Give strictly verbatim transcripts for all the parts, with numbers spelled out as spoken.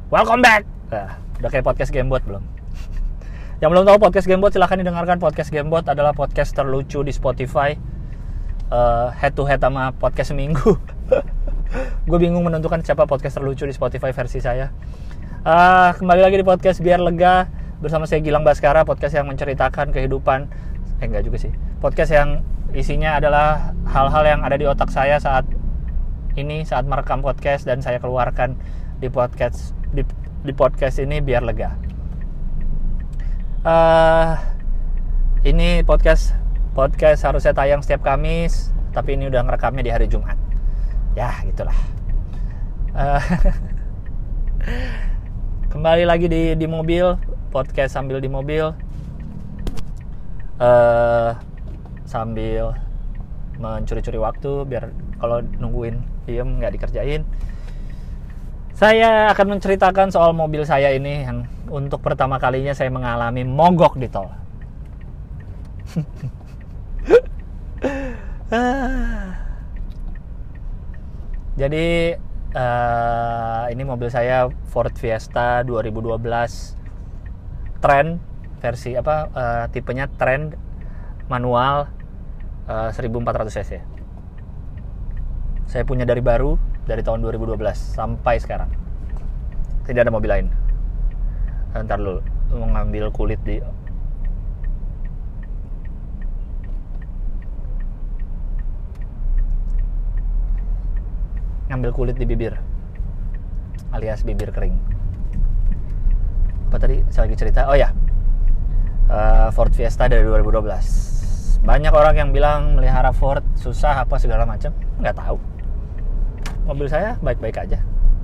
Welcome back. Nah, udah kayak podcast Gamebot belum? Yang belum tahu podcast Gamebot, silahkan didengarkan. Podcast Gamebot adalah podcast terlucu di Spotify, uh, head to head sama podcast seminggu. Gue bingung menentukan siapa podcast terlucu di Spotify versi saya. Uh, kembali lagi di podcast Biar Lega bersama saya Gilang Baskara, podcast yang menceritakan kehidupan. Eh enggak juga sih. Podcast yang isinya adalah hal-hal yang ada di otak saya saat ini, saat merekam podcast, dan saya keluarkan di podcast di, di podcast ini biar lega. Uh, ini podcast podcast harusnya tayang setiap Kamis, tapi ini udah ngerekamnya di hari Jumat. Ya, gitulah. Uh, kembali lagi di di mobil, podcast sambil di mobil, uh, sambil mencuri-curi waktu biar kalau nungguin diem nggak dikerjain. Saya akan menceritakan soal mobil saya ini yang untuk pertama kalinya saya mengalami mogok di tol. Jadi uh, ini mobil saya Ford Fiesta dua ribu dua belas Trend versi apa uh, tipenya Trend manual uh, seribu empat ratus cc. Saya punya dari baru dari tahun dua ribu dua belas sampai sekarang. Tidak ada mobil lain. Ntar dulu mau ngambil kulit di ngambil kulit di bibir alias bibir kering. Apa tadi saya lagi cerita? Oh ya, uh, Ford Fiesta dari dua ribu dua belas. Banyak orang yang bilang melihara Ford susah apa segala macam. Nggak tahu. Mobil saya baik-baik aja.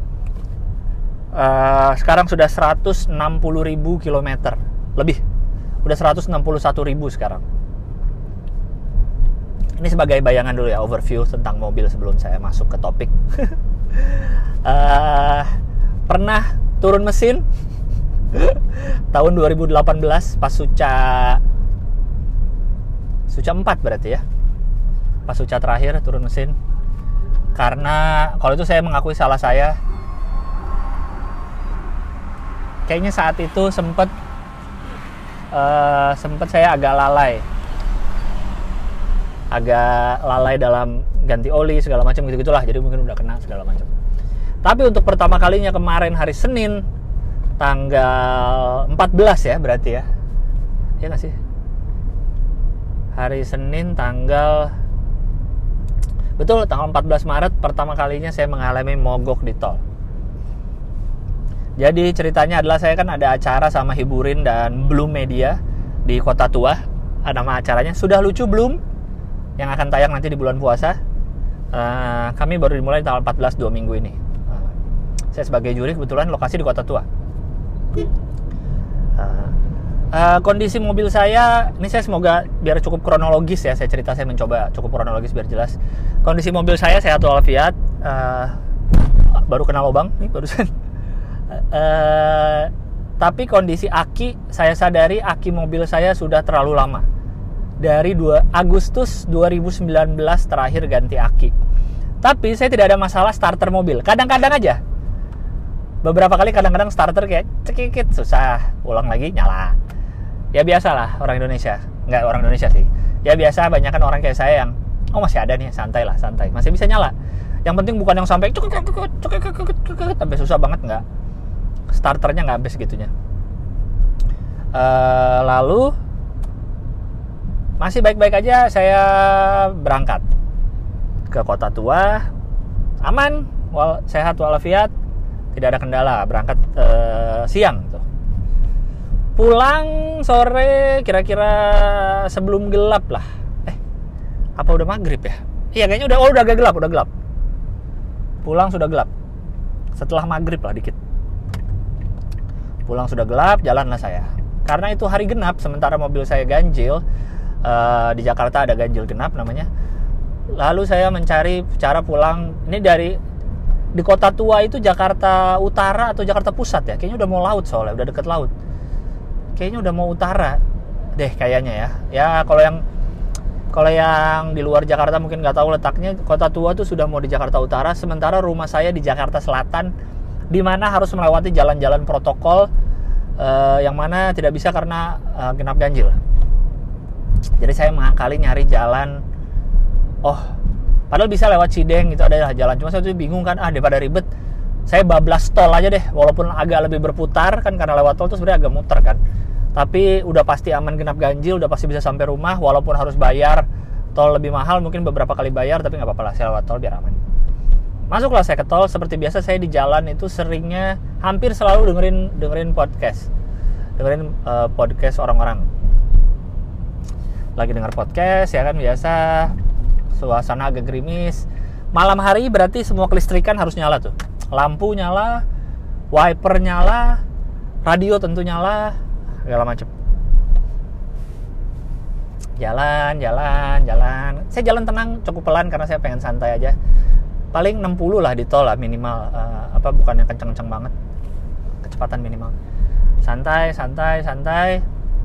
Uh, sekarang sudah seratus enam puluh ribu kilometer lebih. Udah seratus enam puluh satu ribu sekarang. Ini sebagai bayangan dulu ya, overview tentang mobil sebelum saya masuk ke topik. uh, pernah turun mesin tahun dua ribu delapan belas pas Suca Suca empat berarti ya. Pas Suca terakhir turun mesin. Karena kalau itu saya mengakui salah saya. Kayaknya saat itu sempet uh, sempet saya agak lalai, agak lalai dalam ganti oli segala macam gitu gitulah. Jadi mungkin udah kena segala macam. Tapi untuk pertama kalinya kemarin hari Senin tanggal empat belas ya berarti ya, ya nggak sih? Hari Senin tanggal Betul, tanggal empat belas Maret pertama kalinya saya mengalami mogok di tol. Jadi ceritanya adalah saya kan ada acara sama Hiburin dan Bloom Media di Kota Tua. Nama acaranya Sudah Lucu Bloom, yang akan tayang nanti di bulan puasa. Uh, kami baru dimulai tanggal empat belas, dua minggu ini. Uh, saya sebagai juri kebetulan lokasi di Kota Tua. Uh, Uh, kondisi mobil saya, ini saya semoga biar cukup kronologis ya, saya cerita, saya mencoba cukup kronologis biar jelas. Kondisi mobil saya sehat walafiat, uh, baru kena lubang nih barusan. Uh, tapi kondisi aki, saya sadari aki mobil saya sudah terlalu lama. Dari dua Agustus dua ribu sembilan belas terakhir ganti aki. Tapi saya tidak ada masalah starter mobil, kadang-kadang aja. Beberapa kali kadang-kadang starter kayak cekikit, susah, ulang lagi nyala. Ya biasalah orang Indonesia, nggak orang Indonesia sih. Ya biasa, banyak kan orang kayak saya yang oh masih ada nih, santai lah, santai, masih bisa nyala. Yang penting bukan yang sampai cuk cuk cuk cuk cuk sampai susah banget, nggak. Starternya nggak sampai segitunya. Uh, lalu masih baik-baik aja saya berangkat ke Kota Tua, aman, wal sehat walafiat, tidak ada kendala. Berangkat uh, siang tuh. Pulang sore kira-kira sebelum gelap lah. Eh, apa udah maghrib ya? Iya kayaknya udah, oh udah agak gelap, udah gelap. Pulang sudah gelap. Setelah maghrib lah dikit. Pulang sudah gelap, jalanlah saya. Karena itu hari genap, sementara mobil saya ganjil. Uh, di Jakarta ada ganjil genap namanya. Lalu saya mencari cara pulang. Ini dari di Kota Tua itu Jakarta Utara atau Jakarta Pusat ya? Kayaknya udah mau laut soalnya, udah deket laut. Kayaknya udah mau utara deh kayaknya ya. Ya kalau yang kalau yang di luar Jakarta mungkin nggak tahu letaknya. Kota Tua tuh sudah mau di Jakarta Utara, sementara rumah saya di Jakarta Selatan di mana harus melewati jalan-jalan protokol uh, yang mana tidak bisa karena uh, genap ganjil. Jadi saya mengakali nyari jalan, oh padahal bisa lewat Cideng, itu adalah jalan, cuma saya tuh bingung kan, ah daripada ribet saya bablas tol aja deh, walaupun agak lebih berputar kan, karena lewat tol tuh sebenarnya agak muter kan, tapi udah pasti aman genap ganjil, udah pasti bisa sampai rumah, walaupun harus bayar tol lebih mahal, mungkin beberapa kali bayar, tapi nggak apa-apa lah, saya lewat tol biar aman. Masuklah saya ke tol, seperti biasa saya di jalan itu seringnya hampir selalu dengerin dengerin podcast, dengerin uh, podcast orang-orang. Lagi denger podcast ya kan, biasa, suasana agak gerimis. Malam hari berarti semua kelistrikan harus nyala tuh, lampu nyala, wiper nyala, radio tentu nyala, segala macam. Jalan, jalan, jalan. Saya jalan tenang, cukup pelan karena saya pengen santai aja. Paling enam puluh lah di tol lah minimal, uh, apa bukannya kenceng-kenceng banget, kecepatan minimal. Santai, santai, santai.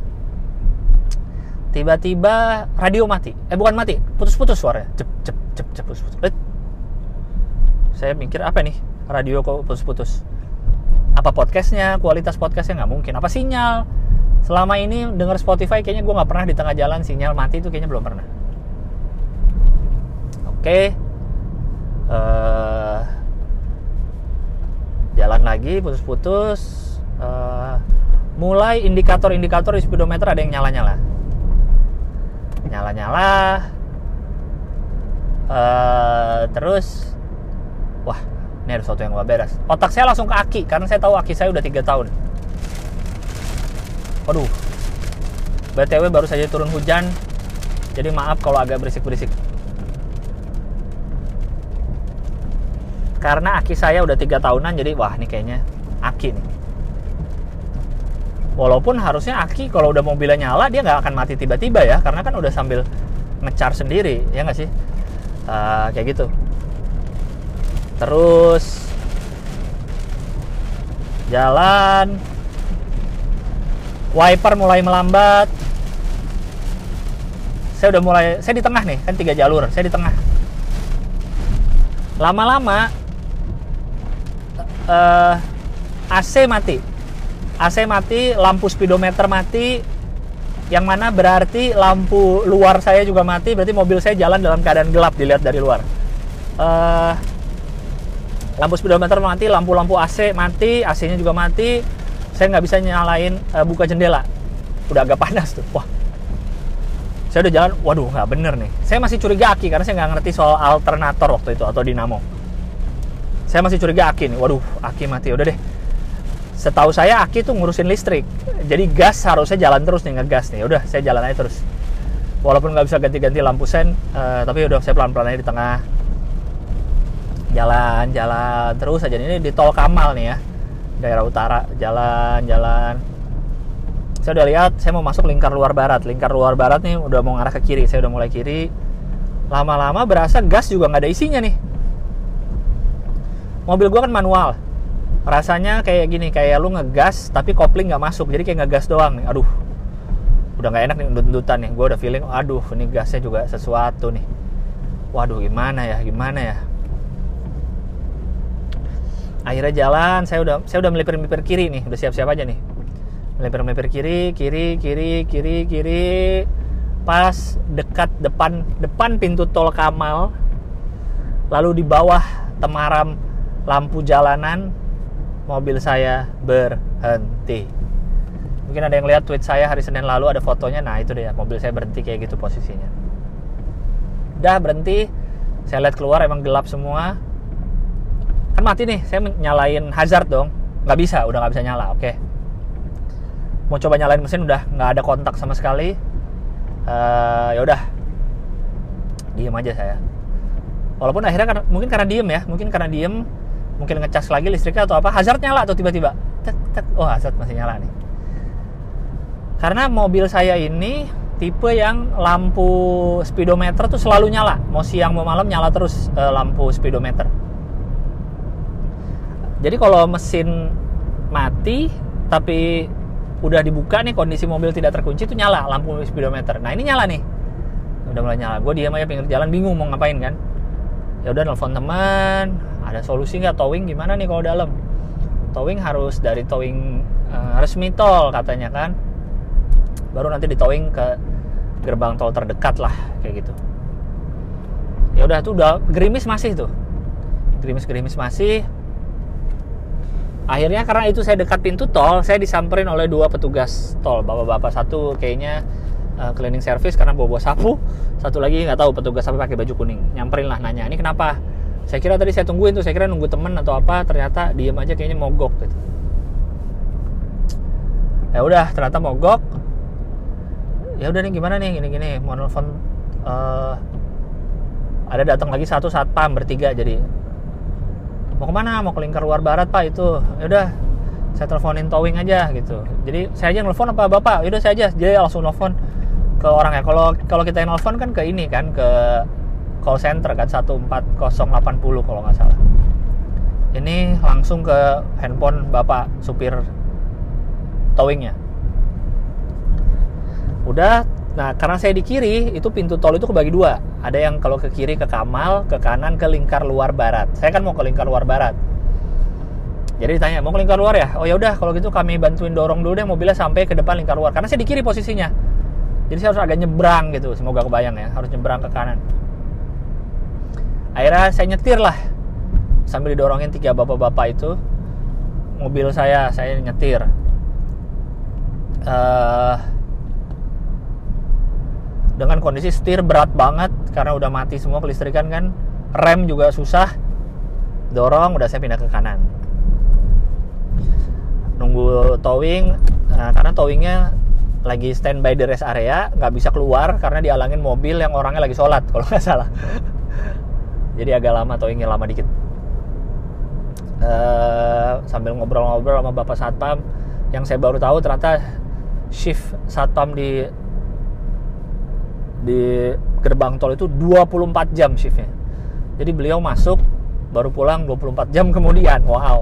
Tiba-tiba radio mati. Eh bukan mati, putus-putus suaranya. Cep, cep, cep, cep, putus-putus. Eh. Saya mikir apa nih? Radio kok putus-putus? Apa podcastnya? Kualitas podcastnya nggak mungkin. Apa sinyal? Selama ini denger Spotify kayaknya gue nggak pernah di tengah jalan sinyal mati, itu kayaknya belum pernah. Oke. Okay. Uh, jalan lagi putus-putus, uh, mulai indikator-indikator di speedometer ada yang nyala-nyala nyala-nyala uh, terus wah ini ada sesuatu yang gak beres. Otak saya langsung ke aki, karena saya tahu aki saya udah tiga tahun. Waduh, B T W baru saja turun hujan, jadi maaf kalau agak berisik-berisik. Karena aki saya udah tiga tahunan, jadi wah ini kayaknya aki nih. Walaupun harusnya aki kalau udah mobilnya nyala dia nggak akan mati tiba-tiba ya, karena kan udah sambil nge-charge sendiri, ya nggak sih? Uh, kayak gitu. Terus jalan, wiper mulai melambat. Saya udah mulai, saya di tengah nih, kan tiga jalur, saya di tengah. Lama-lama Uh, A C mati, A C mati, lampu speedometer mati, yang mana berarti lampu luar saya juga mati, berarti mobil saya jalan dalam keadaan gelap dilihat dari luar. Uh, lampu speedometer mati, lampu-lampu A C mati, A C-nya juga mati, saya nggak bisa nyalain uh, buka jendela, udah agak panas tuh. Wah, saya udah jalan, waduh nggak bener nih. Saya masih curiga aki karena saya nggak ngerti soal alternator waktu itu atau dinamo. Saya masih curiga aki nih, waduh aki mati, udah deh. Setahu saya aki tuh ngurusin listrik, jadi gas harusnya jalan terus nih, ngegas nih. Udah saya jalan aja terus, walaupun nggak bisa ganti-ganti lampu sen, uh, tapi udah saya pelan-pelan aja di tengah. Jalan, jalan terus aja. Ini di tol Kamal nih ya, daerah utara. Jalan, jalan. Saya udah lihat, saya mau masuk lingkar luar barat. Lingkar luar barat nih udah mau ngarah ke kiri. Saya udah mulai kiri. Lama-lama berasa gas juga nggak ada isinya nih. Mobil gue kan manual, rasanya kayak gini, kayak lu ngegas tapi kopling nggak masuk, jadi kayak ngegas doang nih. Aduh, udah nggak enak nih undut-undutan nih. Gue udah feeling, aduh ini gasnya juga sesuatu nih. Waduh gimana ya, gimana ya. Akhirnya jalan, saya udah saya udah melipir-melipir kiri nih, udah siap-siap aja nih. Melipir-melipir kiri, kiri, kiri, kiri, kiri. Pas dekat depan depan pintu tol Kamal, lalu di bawah temaram lampu jalanan, mobil saya berhenti. Mungkin ada yang lihat tweet saya hari Senin lalu, ada fotonya. Nah itu deh, mobil saya berhenti kayak gitu posisinya. Udah berhenti, saya lihat keluar emang gelap semua. Kan mati nih, saya nyalain hazard dong. Nggak bisa, udah nggak bisa nyala. Oke, mau coba nyalain mesin, udah nggak ada kontak sama sekali. Uh, ya udah, diem aja saya. Walaupun akhirnya karena, mungkin karena diem ya, mungkin karena diem, mungkin ngecas lagi listriknya atau apa, hazard nyala tuh tiba-tiba. Tet, tet, oh hazard masih nyala nih. Karena mobil saya ini tipe yang lampu speedometer tuh selalu nyala, mau siang mau malam nyala terus uh, lampu speedometer. Jadi kalau mesin mati tapi udah dibuka nih, kondisi mobil tidak terkunci, tuh nyala lampu speedometer. Nah ini nyala nih, udah mulai nyala. Gue diam aja pinggir jalan, bingung mau ngapain kan. Ya udah nelfon teman, ada solusi nggak towing gimana nih kalau dalam. towing harus dari towing uh, resmi tol katanya kan, baru nanti di towing ke gerbang tol terdekat lah kayak gitu. Ya udah tuh udah gerimis masih tuh, gerimis-gerimis masih. Akhirnya karena itu saya dekat pintu tol, saya disamperin oleh dua petugas tol, bapak-bapak. Satu kayaknya uh, cleaning service karena bawa-bawa sapu, satu lagi nggak tahu petugas apa pakai baju kuning. Nyamperin lah nanya, ini kenapa? Saya kira tadi saya tungguin tuh, saya kira nunggu temen atau apa, ternyata diem aja kayaknya mogok gitu. Ya udah, ternyata mogok. Ya udah nih gimana nih, gini-gini, mau nelfon. Uh, ada datang lagi satu satpam bertiga, jadi mau kemana? Mau ke lingkar luar barat pak itu. Ya udah, saya teleponin towing aja gitu. Jadi saya aja nelfon apa bapak? Ya udah saya aja. Jadi langsung nelfon ke orangnya. Kalau kalau kita yang nelfon kan ke ini kan, ke call center kan, satu empat nol delapan nol kalau nggak salah. Ini langsung ke handphone bapak supir towingnya. Udah, nah karena saya di kiri, itu pintu tol itu kebagi dua. Ada yang kalau ke kiri ke Kamal, ke kanan ke lingkar luar barat. Saya kan mau ke lingkar luar barat. Jadi ditanya, mau ke lingkar luar ya? Oh ya udah, kalau gitu kami bantuin dorong dulu deh mobilnya sampai ke depan lingkar luar. Karena saya di kiri posisinya. Jadi saya harus agak nyebrang gitu, semoga kebayang ya, harus nyebrang ke kanan. Akhirnya saya nyetir lah, sambil didorongin tiga bapak-bapak itu. Mobil saya, saya nyetir. Uh, dengan kondisi setir berat banget karena udah mati semua kelistrikan kan, rem juga susah. Dorong, udah saya pindah ke kanan. Nunggu towing, nah, karena towingnya lagi standby di rest area, nggak bisa keluar karena dihalangin mobil yang orangnya lagi sholat kalau nggak salah. Jadi agak lama, towingnya lama dikit. Uh, sambil ngobrol-ngobrol sama bapak satpam, yang saya baru tahu ternyata shift satpam di di gerbang tol itu dua puluh empat jam shiftnya. Jadi beliau masuk baru pulang dua puluh empat jam kemudian. Wow.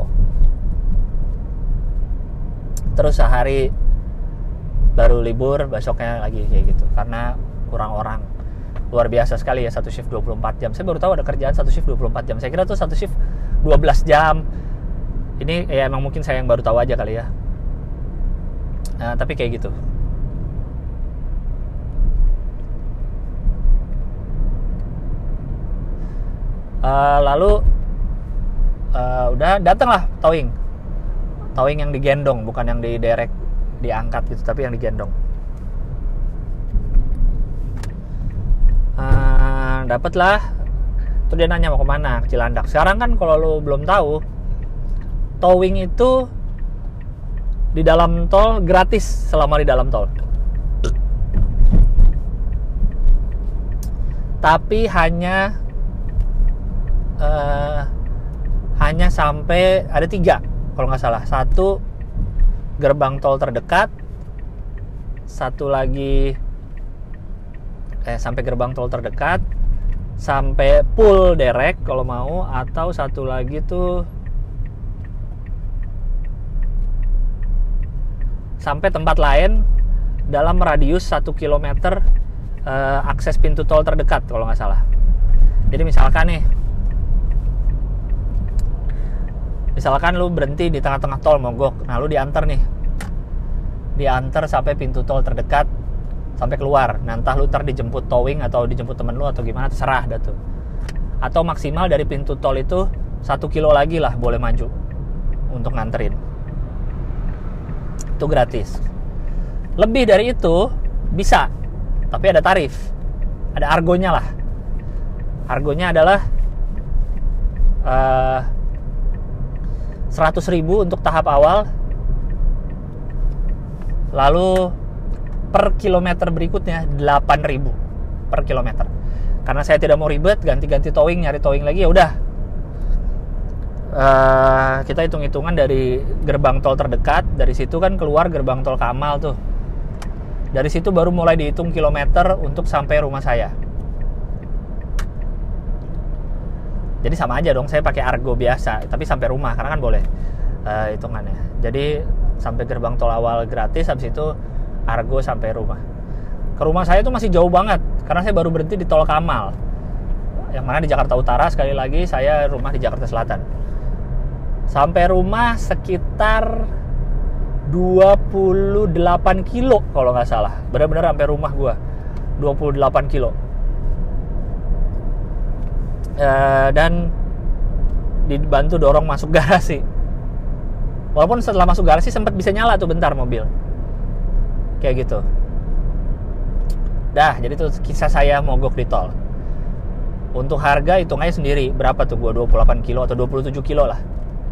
Terus sehari baru libur, besoknya lagi kayak gitu karena kurang orang. Luar biasa sekali ya, satu shift dua puluh empat jam. Saya baru tahu ada kerjaan satu shift dua puluh empat jam. Saya kira tuh satu shift dua belas jam. Ini ya emang mungkin saya yang baru tahu aja kali ya. Nah, tapi kayak gitu. Uh, lalu uh, udah datanglah towing. Towing yang digendong, bukan yang diderek diangkat gitu, tapi yang digendong. Uh, dapatlah. Terus dia nanya mau kemana, ke Cilandak. Sekarang kan kalau lo belum tahu, towing itu di dalam tol gratis selama di dalam tol. Tapi hanya uh, hanya sampai ada tiga kalau nggak salah. Satu gerbang tol terdekat, satu lagi eh sampai gerbang tol terdekat, sampai Pool Derek kalau mau, atau satu lagi tuh sampai tempat lain dalam radius satu kilometer eh, akses pintu tol terdekat kalau nggak salah. Jadi misalkan nih, misalkan lu berhenti di tengah-tengah tol mogok, nah lu diantar nih, diantar sampai pintu tol terdekat, sampai keluar. Nah entah lu ntar dijemput towing atau dijemput temen lu atau gimana, terserah dah tuh. Atau maksimal dari pintu tol itu satu kilo lagi lah boleh maju untuk nganterin. Itu gratis. Lebih dari itu bisa, tapi ada tarif, ada argonya lah. Argonya adalah uh, seratus ribu untuk tahap awal. Lalu per kilometer berikutnya delapan ribu per kilometer. Karena saya tidak mau ribet ganti-ganti towing, nyari towing lagi, ya udah. Uh, kita hitung-hitungan dari gerbang tol terdekat, dari situ kan keluar gerbang tol Kamal tuh. Dari situ baru mulai dihitung kilometer untuk sampai rumah saya. Jadi sama aja dong, saya pakai argo biasa, tapi sampai rumah karena kan boleh uh, hitungannya. Jadi sampai gerbang tol awal gratis, habis itu argo sampai rumah. Ke rumah saya tuh masih jauh banget karena saya baru berhenti di tol Kamal, yang mana di Jakarta Utara. Sekali lagi saya rumah di Jakarta Selatan. Sampai rumah sekitar dua puluh delapan kilo kalau nggak salah. Benar-benar sampai rumah gue dua puluh delapan kilo. Uh, dan dibantu dorong masuk garasi. Walaupun setelah masuk garasi sempat bisa nyala tuh bentar mobil. Kayak gitu. Dah, jadi tuh kisah saya mogok di tol. Untuk harga hitung aja sendiri, berapa tuh gue, dua puluh delapan kilo atau dua puluh tujuh kilo lah.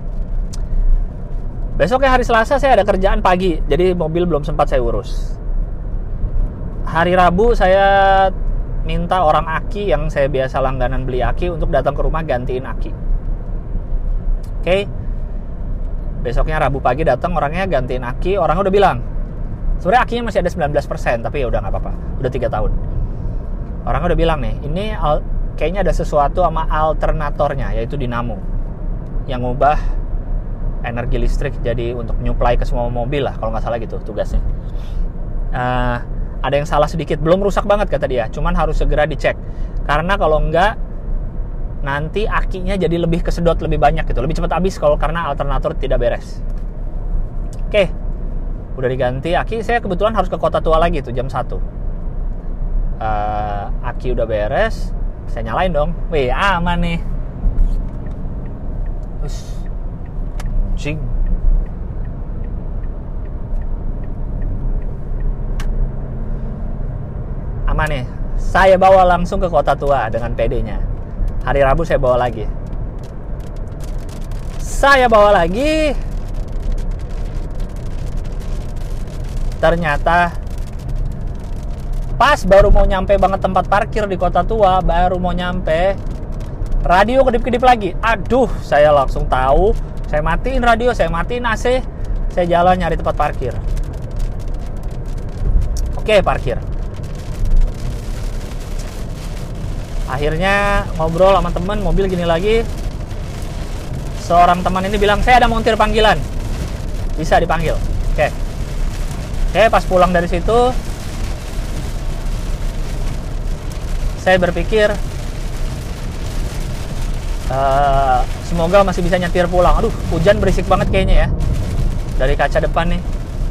Besoknya hari Selasa saya ada kerjaan pagi, jadi mobil belum sempat saya urus. Hari Rabu saya minta orang aki yang saya biasa langganan beli aki untuk datang ke rumah gantiin aki. Oke. Okay. Besoknya Rabu pagi datang orangnya gantiin aki, orangnya udah bilang, sebenarnya akinya masih ada sembilan belas persen, tapi ya udah nggak apa-apa, udah tiga tahun. Orangnya udah bilang nih, ini al- kayaknya ada sesuatu sama alternatornya, yaitu dinamo, yang ngubah energi listrik jadi untuk nyuplai ke semua mobil lah, kalau nggak salah gitu tugasnya. Uh, ada yang salah sedikit, belum rusak banget kata dia, cuman harus segera dicek, karena kalau nggak nanti akinya jadi lebih kesedot lebih banyak gitu, lebih cepat habis kalau karena alternator tidak beres. Oke, udah diganti aki, saya kebetulan harus ke Kota Tua lagi tuh jam satu. Uh, aki udah beres, saya nyalain dong, wih aman nih. Ush. Cing. Aman nih. Saya bawa langsung ke Kota Tua dengan P D-nya. Hari Rabu saya bawa lagi. Saya bawa lagi. Ternyata pas baru mau nyampe banget tempat parkir di Kota Tua, baru mau nyampe, radio kedip-kedip lagi. Aduh, saya langsung tahu. Saya matiin radio, saya matiin A C, saya jalan nyari tempat parkir. Oke, parkir. Akhirnya ngobrol sama temen, mobil gini lagi. Seorang teman ini bilang, saya ada montir panggilan, bisa dipanggil. Oke. Oke, pas pulang dari situ, saya berpikir, Uh, semoga masih bisa nyetir pulang. Aduh, hujan berisik banget kayaknya ya dari kaca depan nih.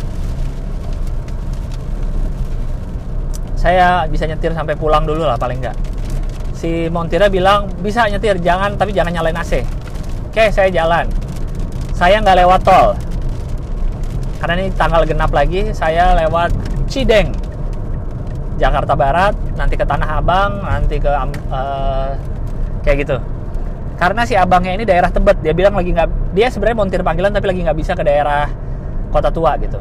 Saya bisa nyetir sampai pulang dulu lah paling enggak. Si montirnya bilang bisa nyetir, jangan tapi jangan nyalain A C. Oke, saya jalan. Saya nggak lewat tol karena ini tanggal genap lagi. Saya lewat Cideng, Jakarta Barat, nanti ke Tanah Abang, nanti ke uh, kayak gitu. Karena si abangnya ini daerah Tebet, dia bilang lagi nggak, dia sebenarnya montir panggilan tapi lagi nggak bisa ke daerah Kota Tua gitu.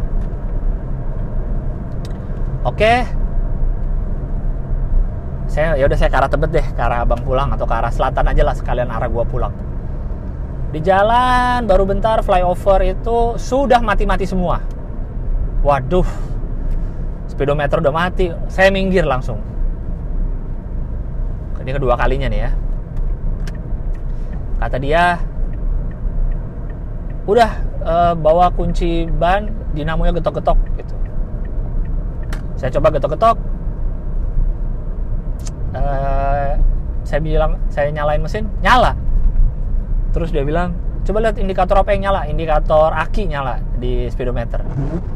Oke, saya ya udah saya ke arah Tebet deh, ke arah abang pulang atau ke arah selatan aja lah sekalian arah gua pulang. Di jalan baru bentar flyover itu sudah mati-mati semua. Waduh, speedometer udah mati, saya minggir langsung. Ini kedua kalinya nih ya. Kata dia, udah uh, bawa kunci ban, dinamonya getok-getok gitu. Saya coba getok-getok, uh, saya bilang, saya nyalain mesin, nyala. Terus dia bilang, coba lihat indikator apa yang nyala, indikator aki nyala di speedometer.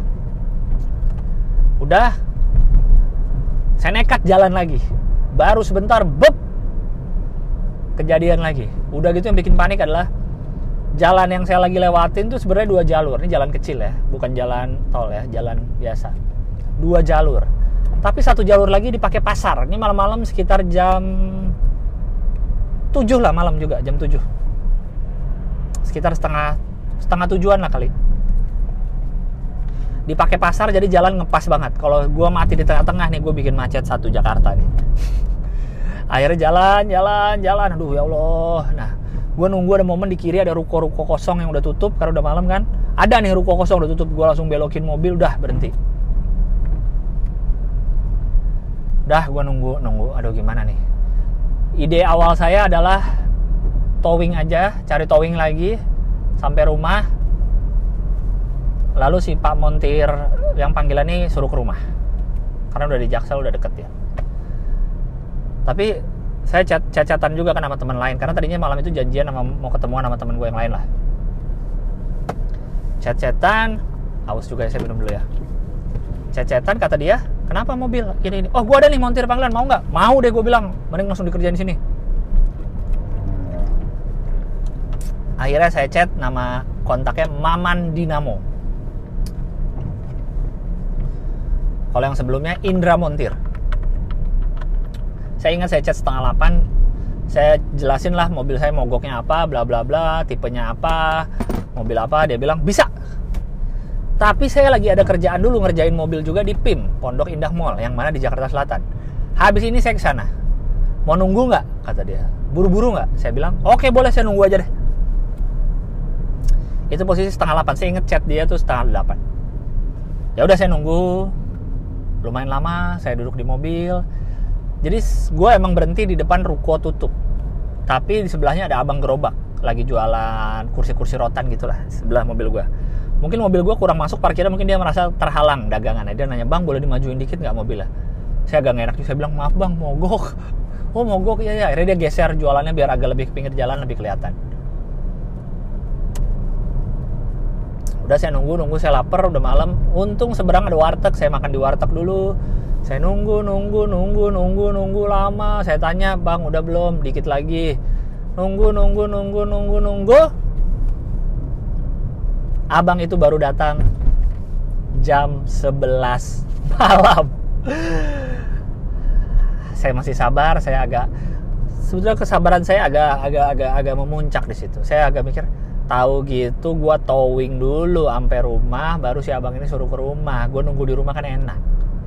Udah, saya nekat jalan lagi. Baru sebentar, bep, kejadian lagi. Udah gitu yang bikin panik adalah jalan yang saya lagi lewatin tuh sebenarnya dua jalur. Ini jalan kecil ya, bukan jalan tol ya, jalan biasa. Dua jalur. Tapi satu jalur lagi dipakai pasar. Ini malam-malam sekitar jam tujuh lah, malam juga jam tujuh. Sekitar setengah setengah tujuan lah kali. Dipakai pasar jadi jalan ngepas banget. Kalau gua mati di tengah-tengah nih, gua bikin macet satu Jakarta nih. Akhirnya jalan, jalan, jalan. Aduh ya Allah. Nah, gue nunggu ada momen di kiri ada ruko-ruko kosong yang udah tutup karena udah malam kan. Ada nih ruko kosong udah tutup. Gue langsung belokin mobil, udah berhenti. Udah, gue nunggu, nunggu. Aduh gimana nih. Ide awal saya adalah towing aja, cari towing lagi sampai rumah. Lalu si Pak montir yang panggilan ini suruh ke rumah. Karena udah di Jaksel, udah deket ya. Tapi saya chat-chatan juga kan sama teman lain karena tadinya malam itu janjian sama mau ketemuan sama teman gue yang lain lah. Chat-chatan, haus juga ya, saya minum dulu ya. Chat-chatan, kata dia, kenapa mobil ini ini? Oh, gue ada nih montir panggilan, mau nggak? Mau deh, gue bilang, mending langsung dikerjain di sini. Akhirnya saya chat, nama kontaknya Maman Dinamo. Kalau yang sebelumnya Indra Montir. Saya ingat saya chat setengah delapan, saya jelasin lah mobil saya mogoknya apa, bla bla bla, tipenya apa, mobil apa. Dia bilang bisa. Tapi saya lagi ada kerjaan dulu ngerjain mobil juga di P I M, Pondok Indah Mall, yang mana di Jakarta Selatan. Habis ini saya ke sana. Mau nunggu nggak? Kata dia. Buru-buru nggak? Saya bilang, oke boleh, saya nunggu aja deh. Itu posisi setengah delapan. Saya inget chat dia tuh setengah delapan. Ya udah, saya nunggu. Lumayan lama. Saya duduk di mobil. Jadi gue emang berhenti di depan ruko tutup. Tapi di sebelahnya ada abang gerobak lagi jualan kursi-kursi rotan gitulah sebelah mobil gue. Mungkin mobil gue kurang masuk parkirnya, mungkin dia merasa terhalang dagangannya. Dia nanya, bang boleh dimajuin dikit nggak mobilnya? Saya agak enak juga. Saya bilang, maaf bang, mogok. Oh mogok, iya ya. Akhirnya dia geser jualannya biar agak lebih ke pinggir jalan, lebih kelihatan. Udah saya nunggu, nunggu saya lapar, udah malam. Untung seberang ada warteg, saya makan di warteg dulu. Saya nunggu, nunggu, nunggu, nunggu, nunggu lama. Saya tanya, bang udah belum? Dikit lagi. Nunggu, nunggu, nunggu, nunggu, nunggu. Abang itu baru datang jam sebelas malam. Saya masih sabar, saya agak, sebetulnya kesabaran saya agak, agak, agak, agak memuncak di situ. Saya agak mikir, tahu gitu, gue towing dulu sampai rumah, baru si abang ini suruh ke rumah. Gue nunggu di rumah kan enak.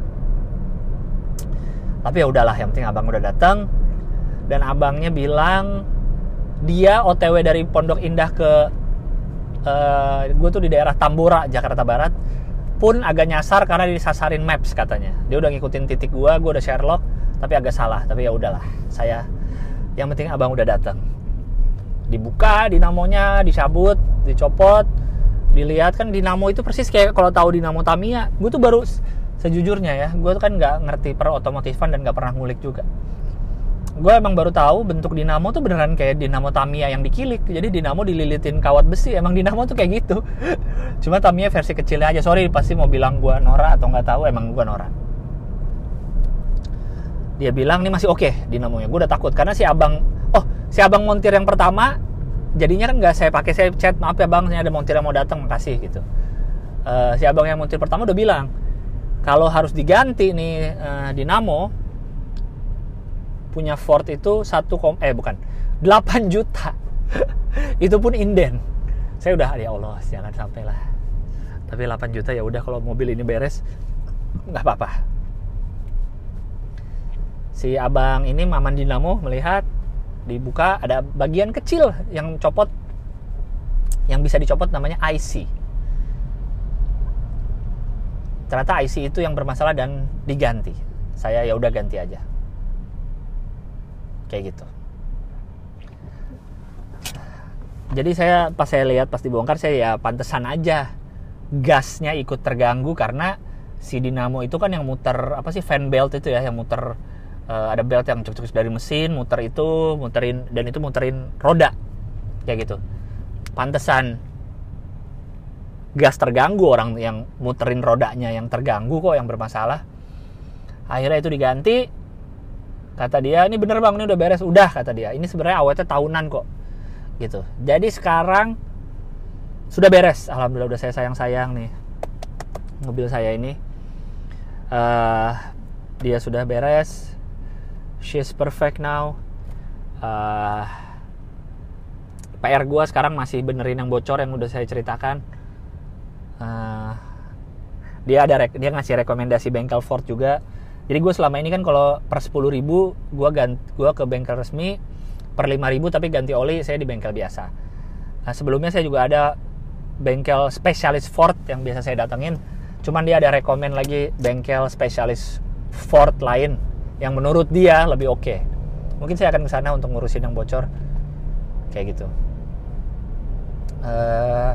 Tapi ya udahlah, yang penting abang udah datang. Dan abangnya bilang dia O T W dari Pondok Indah ke uh, gue tuh di daerah Tambora, Jakarta Barat, pun agak nyasar karena disasarin maps katanya. Dia udah ngikutin titik gue, gue udah Sherlock, tapi agak salah. Tapi ya udahlah, saya yang penting abang udah datang. Dibuka dinamonya, dicabut, dicopot, dilihat kan dinamo itu persis kayak kalau tahu dinamo Tamiya. Gue tuh baru sejujurnya ya, gue tuh kan nggak ngerti per otomotifan dan nggak pernah ngulik juga. Gue emang baru tahu bentuk dinamo tuh beneran kayak dinamo Tamiya yang dikilik. Jadi dinamo dililitin kawat besi. Emang dinamo tuh kayak gitu. Cuma Tamiya versi kecilnya aja. Sorry pasti mau bilang gue norak atau nggak tahu, emang gue norak. Dia bilang ini masih oke okay, dinamonya. Gue udah takut karena si abang, oh si abang montir yang pertama jadinya kan nggak saya pakai, saya chat, maaf ya bang, ini ada montir yang mau datang, makasih gitu. Uh, si abang yang montir pertama udah bilang, kalau harus diganti nih uh, dinamo punya Ford itu satu eh bukan delapan juta. Itu pun inden. Saya udah, ya Allah jangan sampai lah. Tapi delapan juta ya udah, kalau mobil ini beres nggak apa-apa. Si abang ini Maman Dinamo melihat dibuka ada bagian kecil yang copot, yang bisa dicopot namanya I C. Ternyata I C itu yang bermasalah dan diganti. Saya ya udah ganti aja. Kayak gitu. Jadi saya pas saya lihat pas dibongkar, saya ya pantesan aja gasnya ikut terganggu karena si dinamo itu kan yang muter apa sih, fan belt itu ya, yang muter uh, ada belt yang cuk-cuk dari mesin, muter itu, muterin, dan itu muterin roda kayak gitu. Pantesan gas terganggu, orang yang muterin rodanya yang terganggu kok yang bermasalah. Akhirnya itu diganti. Kata dia, ini bener bang, ini udah beres. Udah, kata dia, ini sebenarnya awetnya tahunan kok gitu. Jadi sekarang sudah beres, alhamdulillah. Udah saya sayang-sayang nih mobil saya ini. uh, Dia sudah beres. She's perfect now. uh, P R gua sekarang masih benerin yang bocor yang udah saya ceritakan. uh, Dia ada dia ngasih rekomendasi bengkel Ford juga. Jadi gue selama ini kan kalau per sepuluh ribu gue ganti, gue ke bengkel resmi, per lima ribu tapi ganti oli saya di bengkel biasa. Nah, sebelumnya saya juga ada bengkel spesialis Ford yang biasa saya datengin. Cuman dia ada rekomen lagi bengkel spesialis Ford lain yang menurut dia lebih oke. Okay. Mungkin saya akan ke sana untuk ngurusin yang bocor kayak gitu. Uh,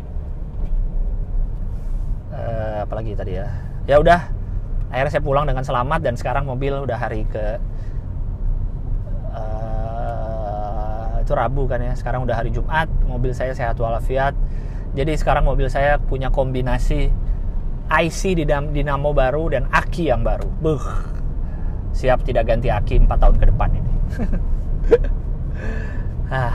uh, apalagi tadi ya. Ya udah. Akhirnya saya pulang dengan selamat dan sekarang mobil udah hari ke uh, itu Rabu kan ya. Sekarang udah hari Jumat, mobil saya sehat walafiat. Jadi sekarang mobil saya punya kombinasi I C dinamo baru dan aki yang baru. Buh, siap tidak ganti aki empat tahun ke depan ini. ah.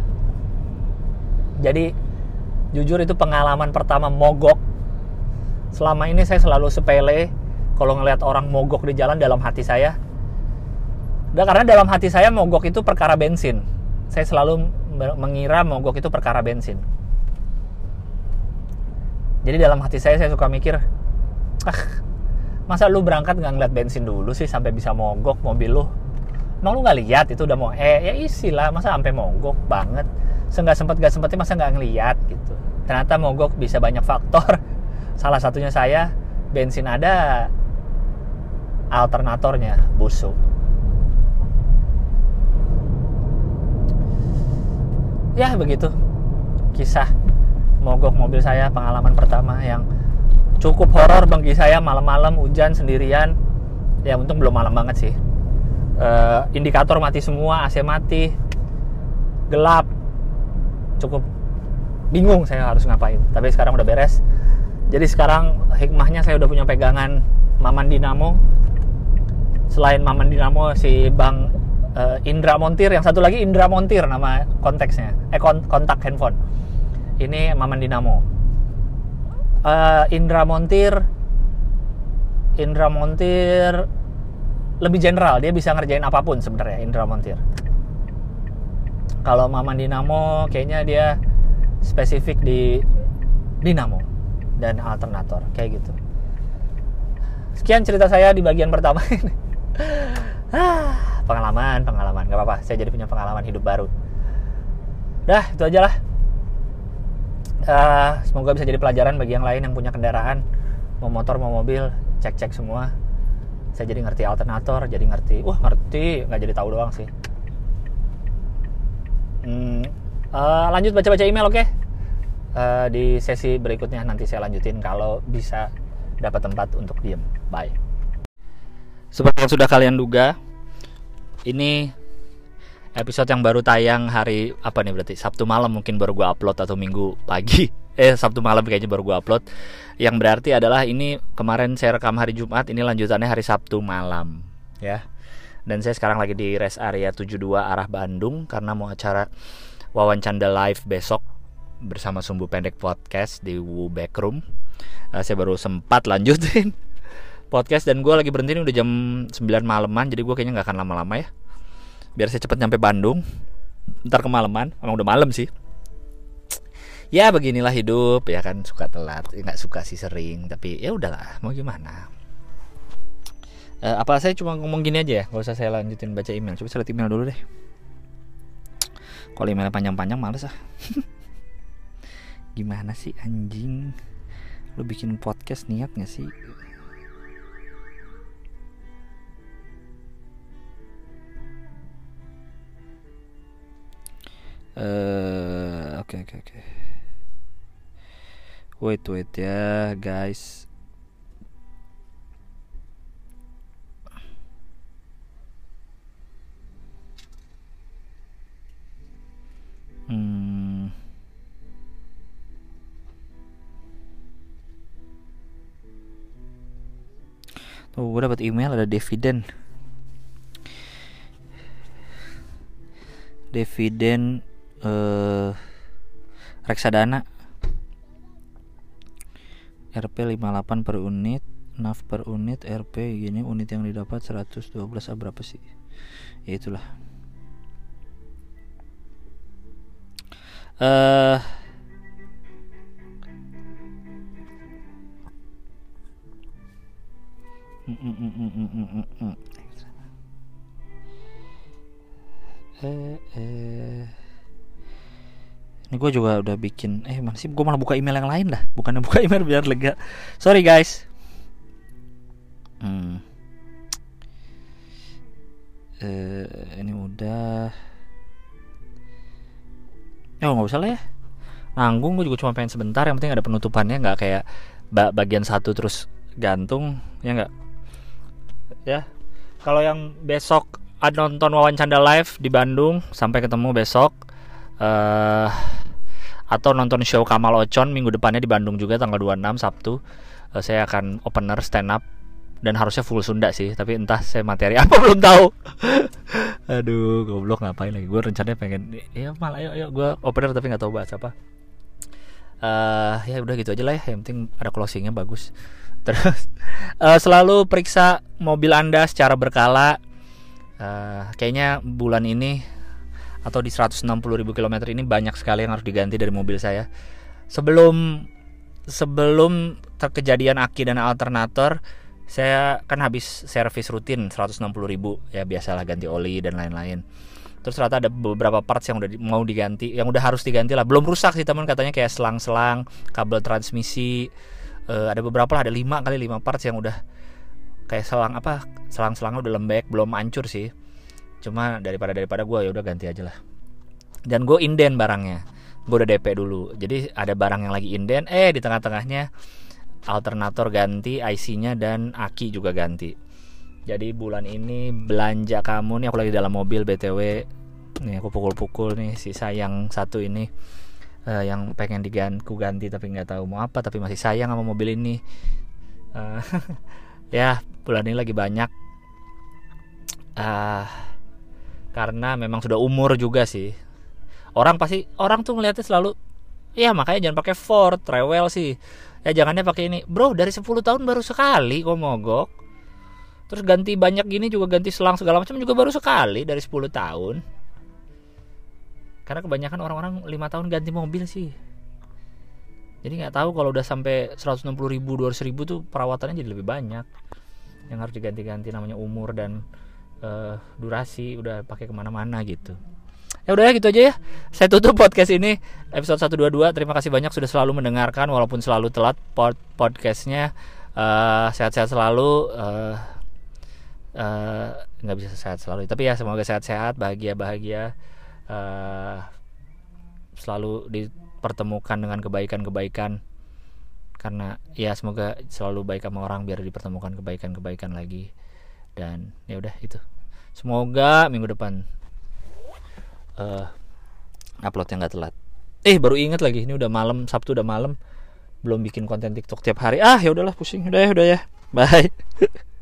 Jadi jujur itu pengalaman pertama mogok. Selama ini saya selalu sepele kalau ngelihat orang mogok di jalan. Dalam hati saya, dan karena dalam hati saya mogok itu perkara bensin. Saya selalu mengira mogok itu perkara bensin. Jadi dalam hati saya, saya suka mikir, ah, masa lu berangkat nggak ngeliat bensin dulu sih sampai bisa mogok mobil lu? Emang lu nggak lihat itu udah mau eh ya isi lah, masa sampai mogok banget? Seenggak sempet gak sempetnya masa nggak ngeliat gitu. Ternyata mogok bisa banyak faktor. Salah satunya saya, bensin ada, alternatornya busuk. Ya begitu kisah mogok mobil saya, pengalaman pertama yang cukup horor bagi saya. Malam-malam hujan sendirian. Ya untung belum malam banget sih. e, Indikator mati semua, A C mati, gelap, cukup bingung saya harus ngapain. Tapi sekarang udah beres. Jadi sekarang hikmahnya saya udah punya pegangan Maman Dinamo. Selain Maman Dinamo, si Bang uh, Indra Montir, yang satu lagi Indra Montir nama konteksnya, eh kontak handphone. Ini Maman Dinamo. Uh, Indra Montir, Indra Montir lebih general, dia bisa ngerjain apapun sebenarnya Indra Montir. Kalau Maman Dinamo kayaknya dia spesifik di dinamo dan alternator kayak gitu. Sekian cerita saya di bagian pertama ini. ah, pengalaman, pengalaman, nggak apa-apa. Saya jadi punya pengalaman hidup baru. Dah, itu aja lah. Uh, semoga bisa jadi pelajaran bagi yang lain yang punya kendaraan, mau motor mau mobil, cek-cek semua. Saya jadi ngerti alternator, jadi ngerti, wah ngerti, nggak jadi tahu doang sih. Hmm, uh, lanjut baca-baca email, oke? Okay? Uh, di sesi berikutnya nanti saya lanjutin kalau bisa dapat tempat untuk diem. Bye. Seperti yang sudah kalian duga, ini episode yang baru tayang hari apa nih berarti Sabtu malam, mungkin baru gue upload, atau Minggu pagi. Eh Sabtu malam kayaknya baru gue upload. Yang berarti adalah ini kemarin saya rekam hari Jumat, ini lanjutannya hari Sabtu malam, ya. Dan saya sekarang lagi di rest area tujuh puluh dua arah Bandung karena mau acara Wawancanda Live besok bersama Sumbu Pendek Podcast di Wu Backroom. Uh, saya baru sempat lanjutin podcast dan gue lagi berhenti ini udah jam sembilan malaman, jadi gue kayaknya nggak akan lama-lama ya. Biar saya cepet nyampe Bandung, ntar kemalaman, emang udah malam sih. Ya beginilah hidup, ya kan, suka telat, ya, nggak suka sih sering, tapi ya udahlah, mau gimana. Uh, apa saya cuma ngomong gini aja ya, nggak usah saya lanjutin baca email. Coba saya lihat email dulu deh. Kalau emailnya panjang-panjang males ah. Gimana sih anjing? Lu bikin podcast niat gak sih? Uh, Oke oke oke. Wait wait ya guys. Hmm. Oh, gue dapat email ada dividen. Dividen eh, reksadana R P lima puluh delapan per unit, N A V per unit, R P gini, unit yang didapat seratus dua belas, ah, berapa sih? Ya itulah. Eh Mm, mm, mm, mm, mm, mm, mm. Eh, eh. Ini gue juga udah bikin. Eh mana sih? Gue malah buka email yang lain dah. Bukannya buka email biar lega. Sorry guys. Hmm. Eh, ini udah. Oh nggak usah lah ya. Nanggung, gue juga cuma pengen sebentar. Yang penting ada penutupannya, nggak kayak bagian satu terus gantung, ya nggak? Ya, kalau yang besok ada nonton Wawancanda Live di Bandung, sampai ketemu besok. Uh, atau nonton show Kamal Ocon minggu depannya di Bandung juga tanggal dua puluh enam Sabtu. uh, Saya akan opener stand up dan harusnya full Sunda sih, tapi entah saya materi apa belum tahu. Aduh, goblok, ngapain lagi? Gue rencananya pengen, ya malah ayo, ayo gue opener tapi nggak tahu bahas apa. Uh, ya udah gitu aja lah ya. Yang penting ada closingnya bagus. Terus uh, selalu periksa mobil Anda secara berkala. uh, Kayaknya bulan ini atau di seratus enam puluh ribu kilometer ini banyak sekali yang harus diganti dari mobil saya. Sebelum Sebelum terkejadian aki dan alternator, saya kan habis servis rutin seratus enam puluh ribu. Ya biasalah ganti oli dan lain-lain. Terus ternyata ada beberapa parts yang udah di, mau diganti, yang udah harus diganti lah. Belum rusak sih teman, katanya kayak selang-selang, kabel transmisi, uh, ada beberapa lah, ada lima kali lima parts yang udah kayak selang apa, selang-selangnya udah lembek, belum hancur sih. Cuma daripada daripada gue ya udah ganti aja lah. Dan gue inden barangnya, gue udah D P dulu. Jadi ada barang yang lagi inden, eh di tengah-tengahnya alternator ganti, I C-nya dan aki juga ganti. Jadi bulan ini belanja kamu nih, aku lagi dalam mobil B T W. Nih aku pukul-pukul nih si sayang satu ini, uh, yang pengen diganti, ganti tapi nggak tahu mau apa, tapi masih sayang sama mobil ini. Uh, ya bulan ini lagi banyak. Uh, karena memang sudah umur juga sih. Orang pasti orang tuh ngeliatnya selalu, ya makanya jangan pakai Ford, rewel sih. Ya jangannya pakai ini, bro. Dari sepuluh tahun baru sekali kok mogok. Terus ganti banyak gini juga, ganti selang segala macam juga baru sekali dari sepuluh tahun. Karena kebanyakan orang-orang lima tahun ganti mobil sih. Jadi nggak tahu kalau udah sampai seratus enam puluh ribu, dua ratus ribu tuh perawatannya jadi lebih banyak. Yang harus diganti-ganti namanya umur dan uh, durasi, udah pakai kemana-mana gitu. Ya udah ya gitu aja ya. Saya tutup podcast ini episode seratus dua puluh dua. Terima kasih banyak sudah selalu mendengarkan walaupun selalu telat pod- podcastnya. Uh, sehat-sehat selalu. Uh, uh, nggak bisa sehat selalu, tapi ya semoga sehat-sehat, bahagia-bahagia. Uh, selalu dipertemukan dengan kebaikan-kebaikan, karena ya semoga selalu baik sama orang biar dipertemukan kebaikan-kebaikan lagi. Dan ya udah itu. Semoga minggu depan uh, uploadnya nggak telat. Eh baru ingat lagi, ini udah malam, Sabtu udah malam, belum bikin konten TikTok tiap hari. Ah ya udahlah, pusing. Udah ya, udah ya. Bye.